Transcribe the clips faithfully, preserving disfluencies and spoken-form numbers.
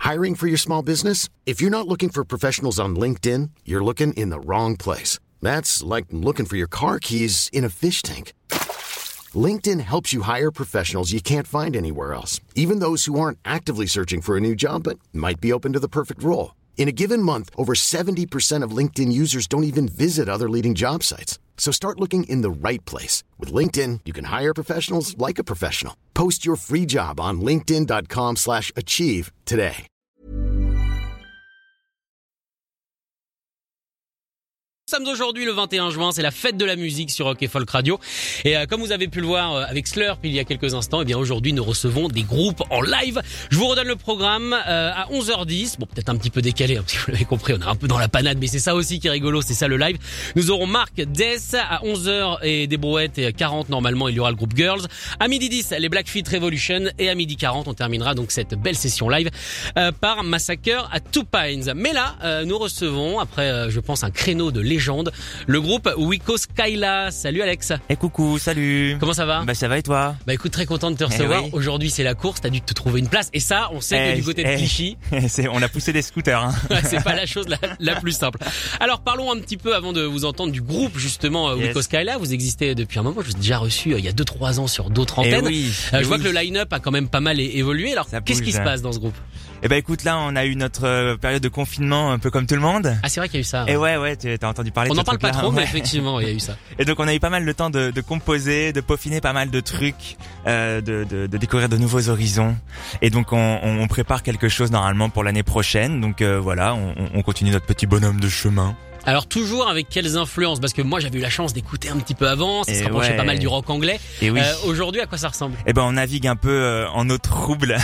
Hiring for your small business? If you're not looking for professionals on LinkedIn, you're looking in the wrong place. That's like looking for your car keys in a fish tank. LinkedIn helps you hire professionals you can't find anywhere else, even those who aren't actively searching for a new job but might be open to the perfect role. In a given month, over seventy percent of LinkedIn users don't even visit other leading job sites. So start looking in the right place. With LinkedIn, you can hire professionals like a professional. Post your free job on linkedin.com slash achieve today. Nous sommes aujourd'hui le vingt et un juin, c'est la fête de la musique sur Rock et Folk Radio. Et euh, comme vous avez pu le voir euh, avec Slurp il y a quelques instants, eh bien aujourd'hui nous recevons des groupes en live. Je vous redonne le programme euh, à onze heures dix. Bon, peut-être un petit peu décalé, hein, parce que vous l'avez compris, on est un peu dans la panade, mais c'est ça aussi qui est rigolo, c'est ça le live. Nous aurons Marc Death à onze heures et des brouettes, et à quarante normalement il y aura le groupe Girls. À midi dix, les Blackfeet Revolution, et à midi quarante on terminera donc cette belle session live euh, par Massacre à Two Pines. Mais là, euh, nous recevons, après euh, je pense un créneau de légende, le groupe Wiko Skyla. Salut Alex. Et hey, coucou, salut. Comment ça va? Bah ça va et toi? Bah écoute, très content de te recevoir. Eh oui. Aujourd'hui c'est la course, t'as dû te trouver une place. Et ça, on sait eh, que du côté eh, de Clichy, c'est, on a poussé des scooters. Hein. c'est pas la chose la, la plus simple. Alors parlons un petit peu avant de vous entendre du groupe justement yes. Wiko Skyla. Vous existez depuis un moment. Je vous ai déjà reçu euh, il y a deux trois ans sur d'autres antennes. Eh oui, euh, eh je vois oui. que le line-up a quand même pas mal é- évolué. Alors Ça qu'est-ce bouge. qui se passe dans ce groupe? Eh ben écoute, là on a eu notre euh, période de confinement un peu comme tout le monde. Ah c'est vrai qu'il y a eu ça. Et ouais ouais, tu as entendu parler On de n'en ce parle pas truc-là, trop, mais ouais. effectivement il y a eu ça. Et donc on a eu pas mal de temps de, de composer, de peaufiner pas mal de trucs, euh, de, de, de découvrir de nouveaux horizons. Et donc on, on, on prépare quelque chose normalement pour l'année prochaine. Donc euh, voilà, on, on continue notre petit bonhomme de chemin. Alors toujours avec quelles influences? Parce que moi j'avais eu la chance d'écouter un petit peu avant, ça Et se rapprochait ouais. pas mal du rock anglais. Et oui. Euh, aujourd'hui à quoi ça ressemble? Eh ben on navigue un peu euh, en eau trouble.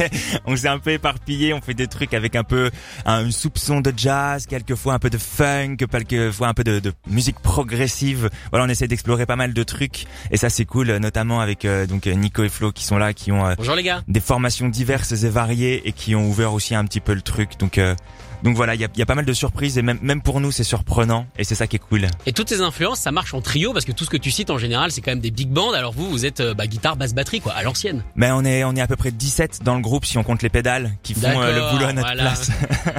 On s'est un peu éparpillé, on fait des trucs avec un peu un soupçon de jazz, quelquefois un peu de funk, quelquefois un peu de, de musique progressive. Voilà, on essaie d'explorer pas mal de trucs et ça c'est cool, notamment avec euh, donc Nico et Flo qui sont là, qui ont euh, Bonjour les gars. des formations diverses et variées et qui ont ouvert aussi un petit peu le truc. Donc euh, donc voilà, il y a, y a pas mal de surprises et même même pour nous c'est surprenant et c'est ça qui est cool. Et toutes ces influences, ça marche en trio parce que tout ce que tu cites en général, c'est quand même des big bands. Alors vous, vous êtes euh, bah, guitare, basse, batterie, quoi, à l'ancienne. Mais on est on est à peu près dix-sept dans le groupe si on compte les pédales qui font euh, le boulot à notre voilà. place.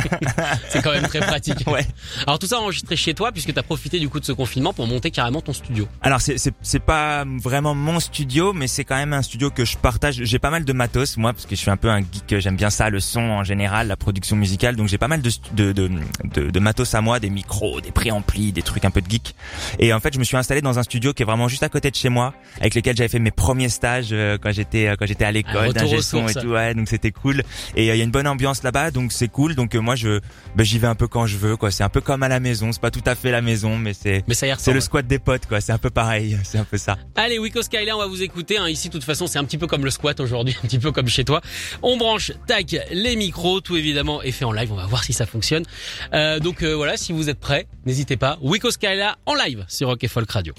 C'est quand même très pratique. Ouais. Alors tout ça enregistré chez toi puisque t'as profité du coup de ce confinement pour monter carrément ton studio. Alors c'est c'est c'est pas vraiment mon studio, mais c'est quand même un studio que je partage. J'ai pas mal de matos moi parce que je suis un peu un geek, j'aime bien ça, le son en général, la production musicale. Donc j'ai pas mal de de de, de, de matos à moi, des micros, des préamplis, des trucs un peu de geek. Et en fait, je me suis installé dans un studio qui est vraiment juste à côté de chez moi, avec lequel j'avais fait mes premiers stages euh, quand j'étais euh, quand j'étais à l'école retour d'ingé aux son et sources. tout. Ouais, donc c'était cool. Et il euh, y a une bonne ambiance là-bas, donc c'est cool. Donc euh, moi je ben, j'y vais un peu quand je veux, quoi. C'est un peu comme à la maison. C'est pas tout à fait la maison, mais c'est Mais ça y c'est ressemble. le squat des potes, quoi. C'est un peu pareil. C'est un peu ça. Allez, Wiko Skyla, on va vous écouter. Hein. Ici, de toute façon, c'est un petit peu comme le squat aujourd'hui, un petit peu comme chez toi. On branche, tac, les micros, tout évidemment est fait en live. On va voir si ça fonctionne. Euh, donc euh, voilà, si vous êtes prêts, n'hésitez pas. Wiko Skyla en live sur Rock et Folk Radio.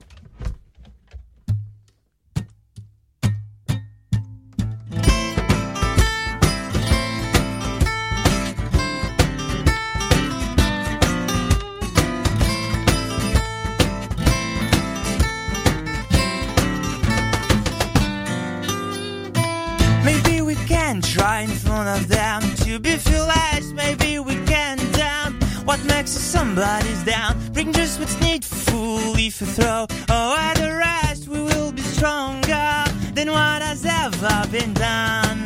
Maybe we can try in front of them to be fearless. Maybe we can down what makes us somebody's down. Bring just what's needful if you throw away the rest. We will be stronger than what has ever been done.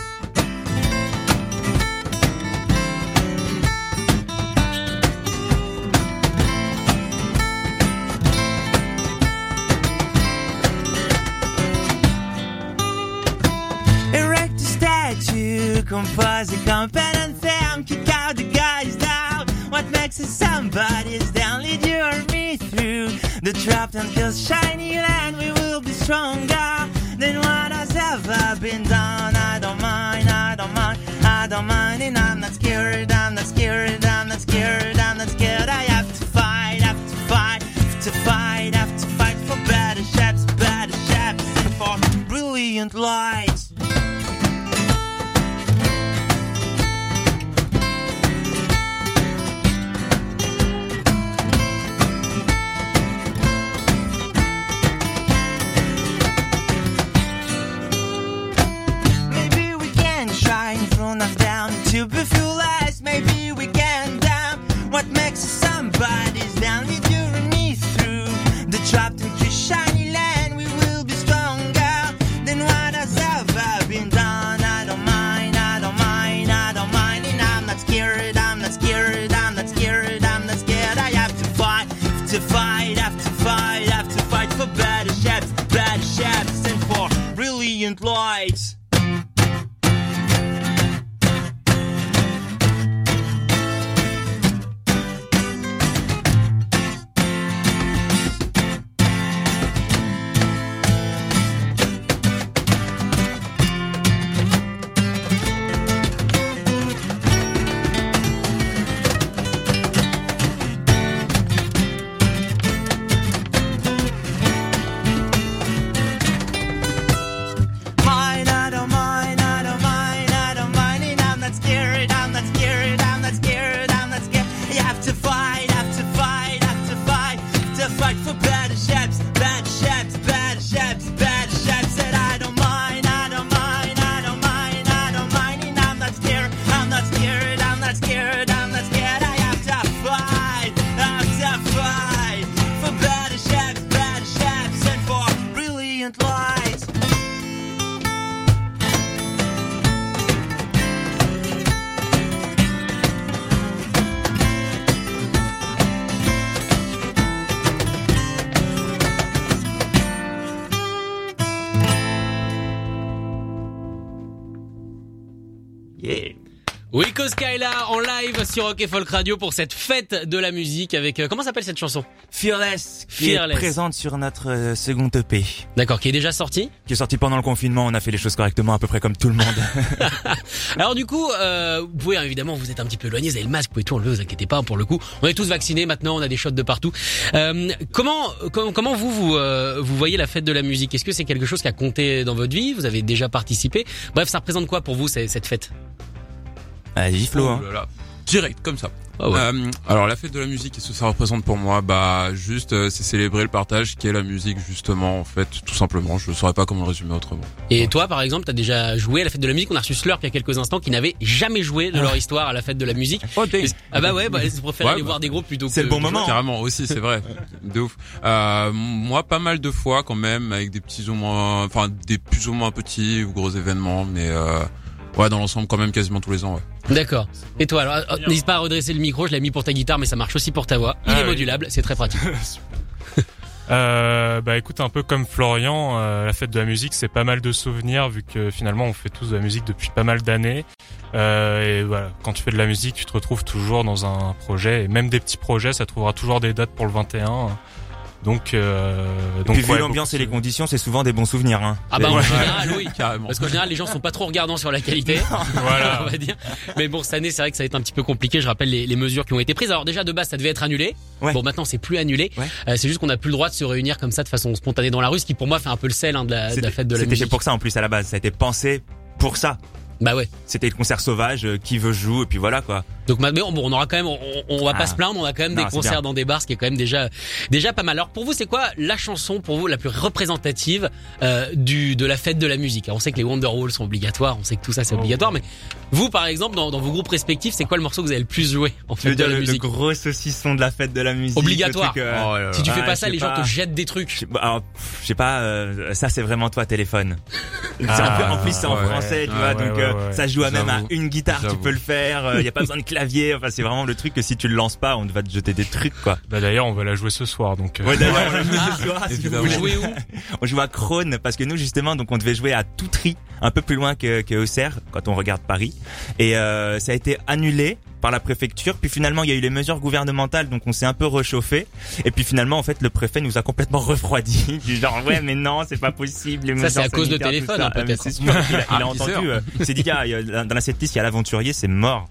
Erect a statue, compose a company anthem, kick out the guys down. What makes us somebody's down? Lead you or me through the trapped and kills shiny land. We will be stronger than what has ever been done. I don't mind, I don't mind, I don't mind, and I'm not scared, I'm not scared, I'm not scared, I'm not scared. I have to fight, have to fight, have to fight, have to fight for better shapes, better shapes, and for brilliant lights. Maybe we can try in front of them to be fearless, maybe we can damn. What makes us somebody's down with you and me through the trapped and shiny land. We will be stronger than what has ever been done. I don't mind, I don't mind, I don't mind, and I'm not scared, I'm not scared, I'm not scared, I'm not scared. I have to fight, have to fight, have to fight, have to fight for better shapes, better shapes, and for brilliant lights. Wilco Skyla en live sur Rock et Folk Radio pour cette fête de la musique avec euh, comment s'appelle cette chanson? Fearless, qui Fearless. est présente sur notre euh, second E P. D'accord, qui est déjà sorti? Qui est sorti pendant le confinement, on a fait les choses correctement à peu près comme tout le monde. Alors du coup, euh, vous pouvez évidemment, vous êtes un petit peu éloigné, vous avez le masque, vous pouvez tout enlever, vous inquiétez pas pour le coup. On est tous vaccinés maintenant, on a des shots de partout. Euh, comment, comment comment vous vous euh, vous voyez la fête de la musique? Est-ce que c'est quelque chose qui a compté dans votre vie? Vous avez déjà participé? Bref, ça représente quoi pour vous cette, cette fête? Allez, Flo, hein. Oh là là. Direct, comme ça. Ah ouais. Euh, alors la fête de la musique, qu'est-ce que ça représente pour moi? Bah juste, euh, c'est célébrer le partage qui est la musique justement, en fait, tout simplement. Je ne saurais pas comment le résumer autrement. Et Ouais. toi, par exemple, t'as déjà joué à la fête de la musique? On a reçu Slurp il y a quelques instants qui n'avaient jamais joué de leur histoire à la fête de la musique. Oh, dang. Ah bah ouais, bah, ils préfèrent Ouais, aller bah. voir des groupes plutôt que... C'est le bon que moment. jouer. Carrément aussi, c'est vrai. De ouf. Euh, moi, pas mal de fois quand même, avec des petits ou moins, enfin des plus ou moins petits ou gros événements, mais euh, ouais, dans l'ensemble quand même quasiment tous les ans. Ouais. D'accord. Et toi, alors, euh, n'hésite pas à redresser le micro, je l'ai mis pour ta guitare, mais ça marche aussi pour ta voix. Il Ah est oui. modulable, c'est très pratique. Euh, bah écoute, un peu comme Florian, euh, la fête de la musique, c'est pas mal de souvenirs vu que finalement on fait tous de la musique depuis pas mal d'années. Euh, et voilà, quand tu fais de la musique, tu te retrouves toujours dans un projet, et même des petits projets, ça trouvera toujours des dates pour le vingt et un. Donc, euh, donc Puis vu ouais, l'ambiance beaucoup et les de- conditions, c'est souvent des bons souvenirs, hein. Ah bah en Ouais. général, oui. Carrément. Parce qu'en général, les gens sont pas trop regardants sur la qualité. Voilà. On va dire. Mais bon, cette année, c'est vrai que ça va être un petit peu compliqué. Je rappelle les, les mesures qui ont été prises. Alors déjà, de base, ça devait être annulé. Ouais. Bon, maintenant, c'est plus annulé. Ouais. Euh, c'est juste qu'on n'a plus le droit de se réunir comme ça de façon spontanée dans la rue, ce qui pour moi fait un peu le sel hein, de, la, de la C'était fête de la c'était fait musique. pour ça en plus à la base, ça a été pensé pour ça. Bah ouais. C'était le concert sauvage, euh, qui veut joue, et puis voilà quoi. Donc mais bon, on aura quand même, on, on va pas Ah. se plaindre, on a quand même Non, des c'est concerts bien. dans des bars, ce qui est quand même déjà déjà pas mal. Alors pour vous, c'est quoi la chanson pour vous la plus représentative euh, du de la fête de la musique? Alors, on sait que les Wonderwall sont obligatoires, on sait que tout ça c'est Oh. obligatoire, mais vous par exemple dans, dans vos groupes respectifs, c'est quoi le morceau que vous avez le plus joué en Tu fête veux de dire la le, le musique? gros saucisson de la fête de la musique. Obligatoire. le truc, euh, Oh là là. Si tu fais ah, pas je ça, sais les gens pas. te jettent des Je trucs. sais pas, alors, pff, je sais pas, euh, ça c'est vraiment toi téléphone. C'est Ah, un peu- en plus c'est en ouais. français, tu Ah, vois, ouais, donc ouais, euh, ouais. ça joue à même à J'avoue. une guitare, tu J'avoue. peux le faire, il y a pas besoin de clavier, enfin c'est vraiment le truc que si tu le lances pas, on va te jeter des trucs quoi. Bah d'ailleurs, on va la jouer ce soir, donc. euh, Ouais, d'ailleurs, on la joue ce soir, si vous évidemment. Vous voulez. jouez où? On joue à Crône parce que nous justement donc on devait jouer à Toutry, un peu plus loin que, que Auxerre quand on regarde Paris, et euh, ça a été annulé par la préfecture, puis finalement il y a eu les mesures gouvernementales, donc on s'est un peu réchauffé, et puis finalement en fait le préfet nous a complètement refroidi, du genre ouais mais non c'est pas possible, les Ça, mesures c'est à cause de sanitaires, téléphone, tout ça. hein, Ah, mais peut-être. c'est sûr, il a, il a Ah, entendu, bizarre. euh, il s'est dit gars, il y a- dans la setlist il y a l'aventurier, c'est mort.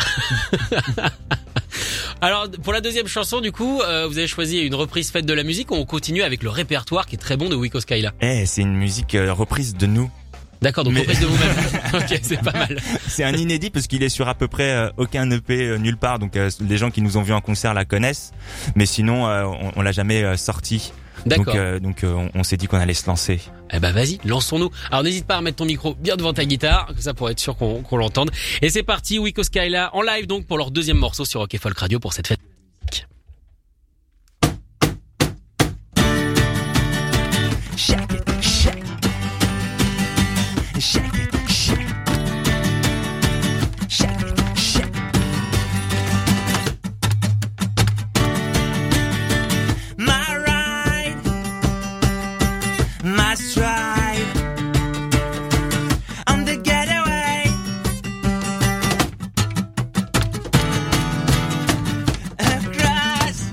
Alors pour la deuxième chanson, du coup, euh, vous avez choisi une reprise fête de la musique. On continue avec le répertoire qui est très bon de Wilco Skyla. Eh c'est une musique euh, reprise de nous. D'accord, donc Mais- reprise de vous-même. Ok, c'est pas mal. C'est un inédit parce qu'il est sur à peu près euh, aucun E P euh, nulle part, donc euh, les gens qui nous ont vus en concert la connaissent, mais sinon euh, on, on l'a jamais euh, sorti D'accord. Donc, euh, donc euh, on, on s'est dit qu'on allait se lancer. Eh ben vas-y, lançons-nous. Alors n'hésite pas à mettre ton micro bien devant ta guitare, que ça pour être sûr qu'on, qu'on l'entende. Et c'est parti, Wico Skyla en live donc pour leur deuxième morceau sur Rock et Folk Radio pour cette fête. Shake it, shake it. Shake it, shake it. Shake it, shake it. My ride, my stride on the getaway. Across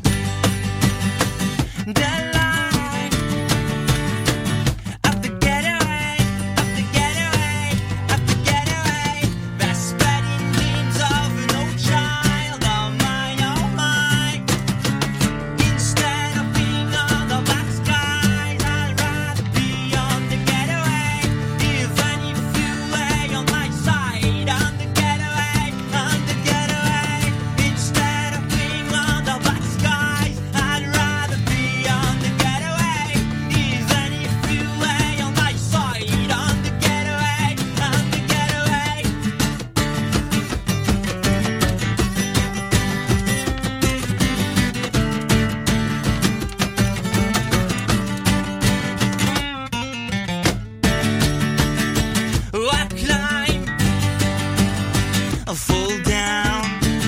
the line of the getaway, of the getaway, of the getaway. They're spreading memes of an old child, oh my, oh my. Instead of being on the black skies, I'd rather be on the getaway. Even if you lay on my side, on the getaway, on the getaway. Instead of being on the black skies, I'd rather be on the getaway. Even if you lay on my side, on the getaway, on the getaway. I climb, I fall down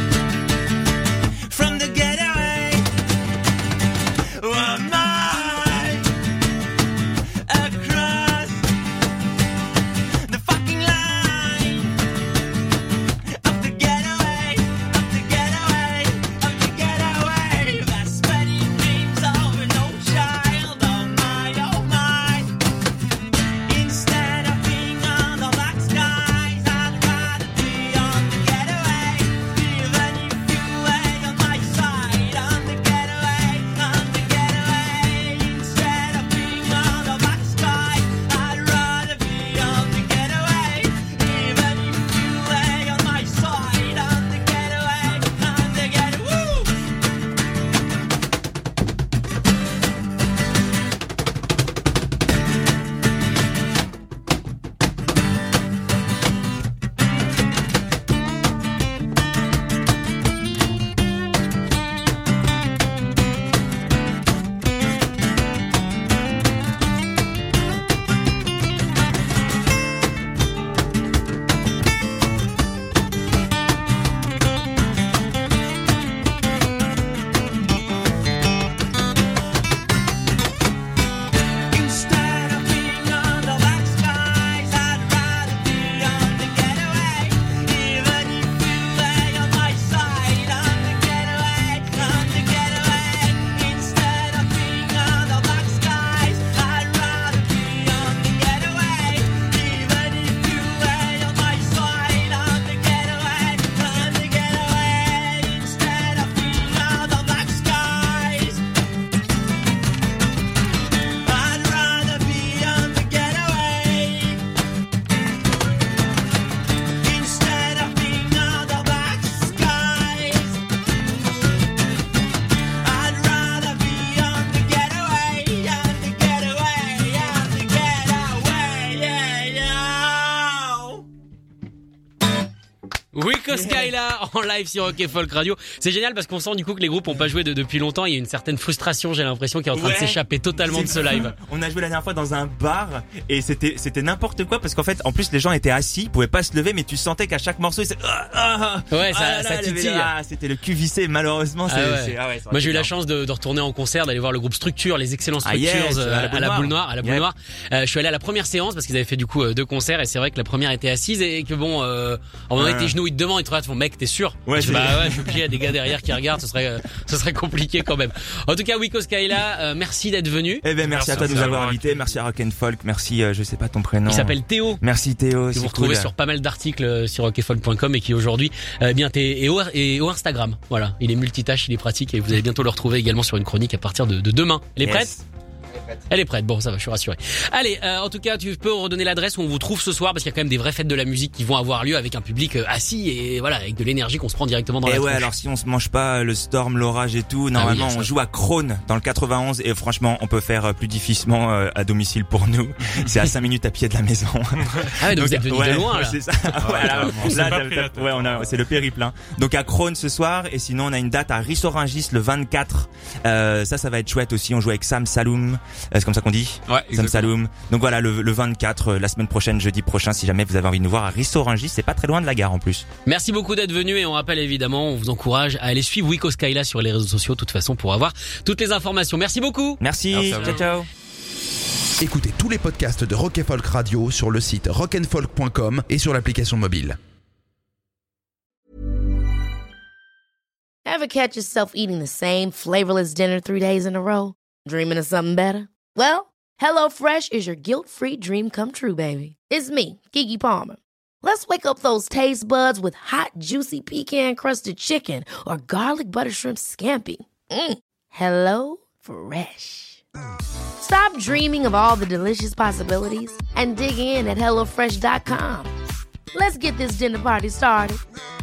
from the getaway. Oh my, across the fucking line of the getaway, of the getaway, of the getaway. They're spreading dreams of an old child. Oh my, oh my. Instead of being on the black skies, I'd rather be on the getaway. Even if you lay on my side, on the getaway, on the getaway. Instead of being on the black skies, I'd rather be on the getaway. Even if you lay on my side, on the getaway, on the getaway. Woo! Instead of being on the black skies, I'd rather be on the getaway. Even if you lay on my side, on the getaway, on the getaway. Instead of being on the black skies, I'd rather be on the getaway. Even if you lay on my side, on the getaway, on the getaway. Instead of being on the black skies, I'd rather be on the getaway. Instead of being on the black skies, I'd rather be on the getaway, on the getaway, on the getaway, yeah, yeah. Wico Skyla en live sur Rock et Folk Radio. C'est génial parce qu'on sent du coup que les groupes ont pas joué de- depuis longtemps. Il y a une certaine frustration, j'ai l'impression, qui est en train Ouais. de s'échapper totalement de ce C'est fou. live. On a joué la dernière fois dans un bar et c'était c'était n'importe quoi parce qu'en fait en plus les gens étaient assis, ils pouvaient pas se lever mais tu sentais qu'à chaque morceau ils se... ah, ah, ah, Ouais, ça- ah là ça là, titille. Ah, c'était le cul vissé malheureusement. Ah c'est, ouais. c'est- ah ouais, ça aurait Moi été j'ai eu la bien. chance de, de retourner en concert, d'aller voir le groupe Structure, les excellents Ah, Structures yes, euh, à la à la boule noire, à la boule Yep. noire. Euh, je suis allé à la première séance parce qu'ils avaient fait du coup euh, deux concerts et c'est vrai que la première était assise et que bon, euh, à un moment donné, Ouais. tes genoux ils te demandent, ils te regardent, ils font mec t'es sûr? Ouais, Je fais, c'est- bah ouais, je suis obligé, il y a des gars derrière qui regardent, ce serait, euh, ce serait compliqué quand même. En tout cas, Wico Skyla, euh, merci d'être venu. Eh ben merci, Merci à toi de à nous vous avoir d'avoir invités, merci à Rock and Folk, merci euh, je sais pas ton prénom. Il s'appelle Théo. Merci Théo, Que c'est vous retrouvez cool. sur pas mal d'articles euh, sur rock et folk point com et qui aujourd'hui euh, eh bien est au, est au Instagram. Voilà, il est multitâche, il est pratique et vous allez bientôt le retrouver également sur une chronique à partir de, de demain. Elle est Yes. prête? Elle est prête. Bon, ça va, je suis rassuré. Allez, euh, en tout cas, tu peux redonner l'adresse où on vous trouve ce soir, parce qu'il y a quand même des vraies fêtes de la musique qui vont avoir lieu avec un public euh, assis et voilà, avec de l'énergie qu'on se prend directement dans et la ouais, tronche. alors si on se mange pas le storm, l'orage et tout, normalement ah oui, on joue à Crône dans le quatre-vingt-onze et franchement on peut faire plus difficilement euh, à domicile pour nous. C'est à cinq minutes à pied de la maison. Ah ouais, donc, donc vous êtes venus ouais, de loin là. C'est ça. Ah, ouais, là, on s'est là, pas là, pris la tête. ouais, on a, c'est le périple. Hein. Donc à Crône ce soir et sinon on a une date à Rissorangis le vingt-quatre. Euh, ça, ça va être chouette aussi. On joue avec Sam Saloum. Euh, c'est comme ça qu'on dit. Ouais, Sam exactement. Saloum. Donc voilà, le, le vingt-quatre, euh, la semaine prochaine, jeudi prochain, si jamais vous avez envie de nous voir à Rissorangis, c'est pas très loin de la gare en plus. Merci beaucoup d'être venu et on rappelle évidemment, on vous encourage à aller suivre Wiko Skyla sur les réseaux sociaux de toute façon pour avoir toutes les informations. Merci beaucoup. Merci. Merci à vous. Ciao, ciao. Écoutez tous les podcasts de Rock and Folk Radio sur le site rock and folk point com et sur l'application mobile. Ever catch yourself eating the same flavorless dinner three days in a row? Dreaming of something better? Well, HelloFresh is your guilt-free dream come true, baby. It's me, Keke Palmer. Let's wake up those taste buds with hot, juicy pecan-crusted chicken or garlic butter shrimp scampi. Mm. Hello Fresh. Stop dreaming of all the delicious possibilities and dig in at hello fresh dot com. Let's get this dinner party started.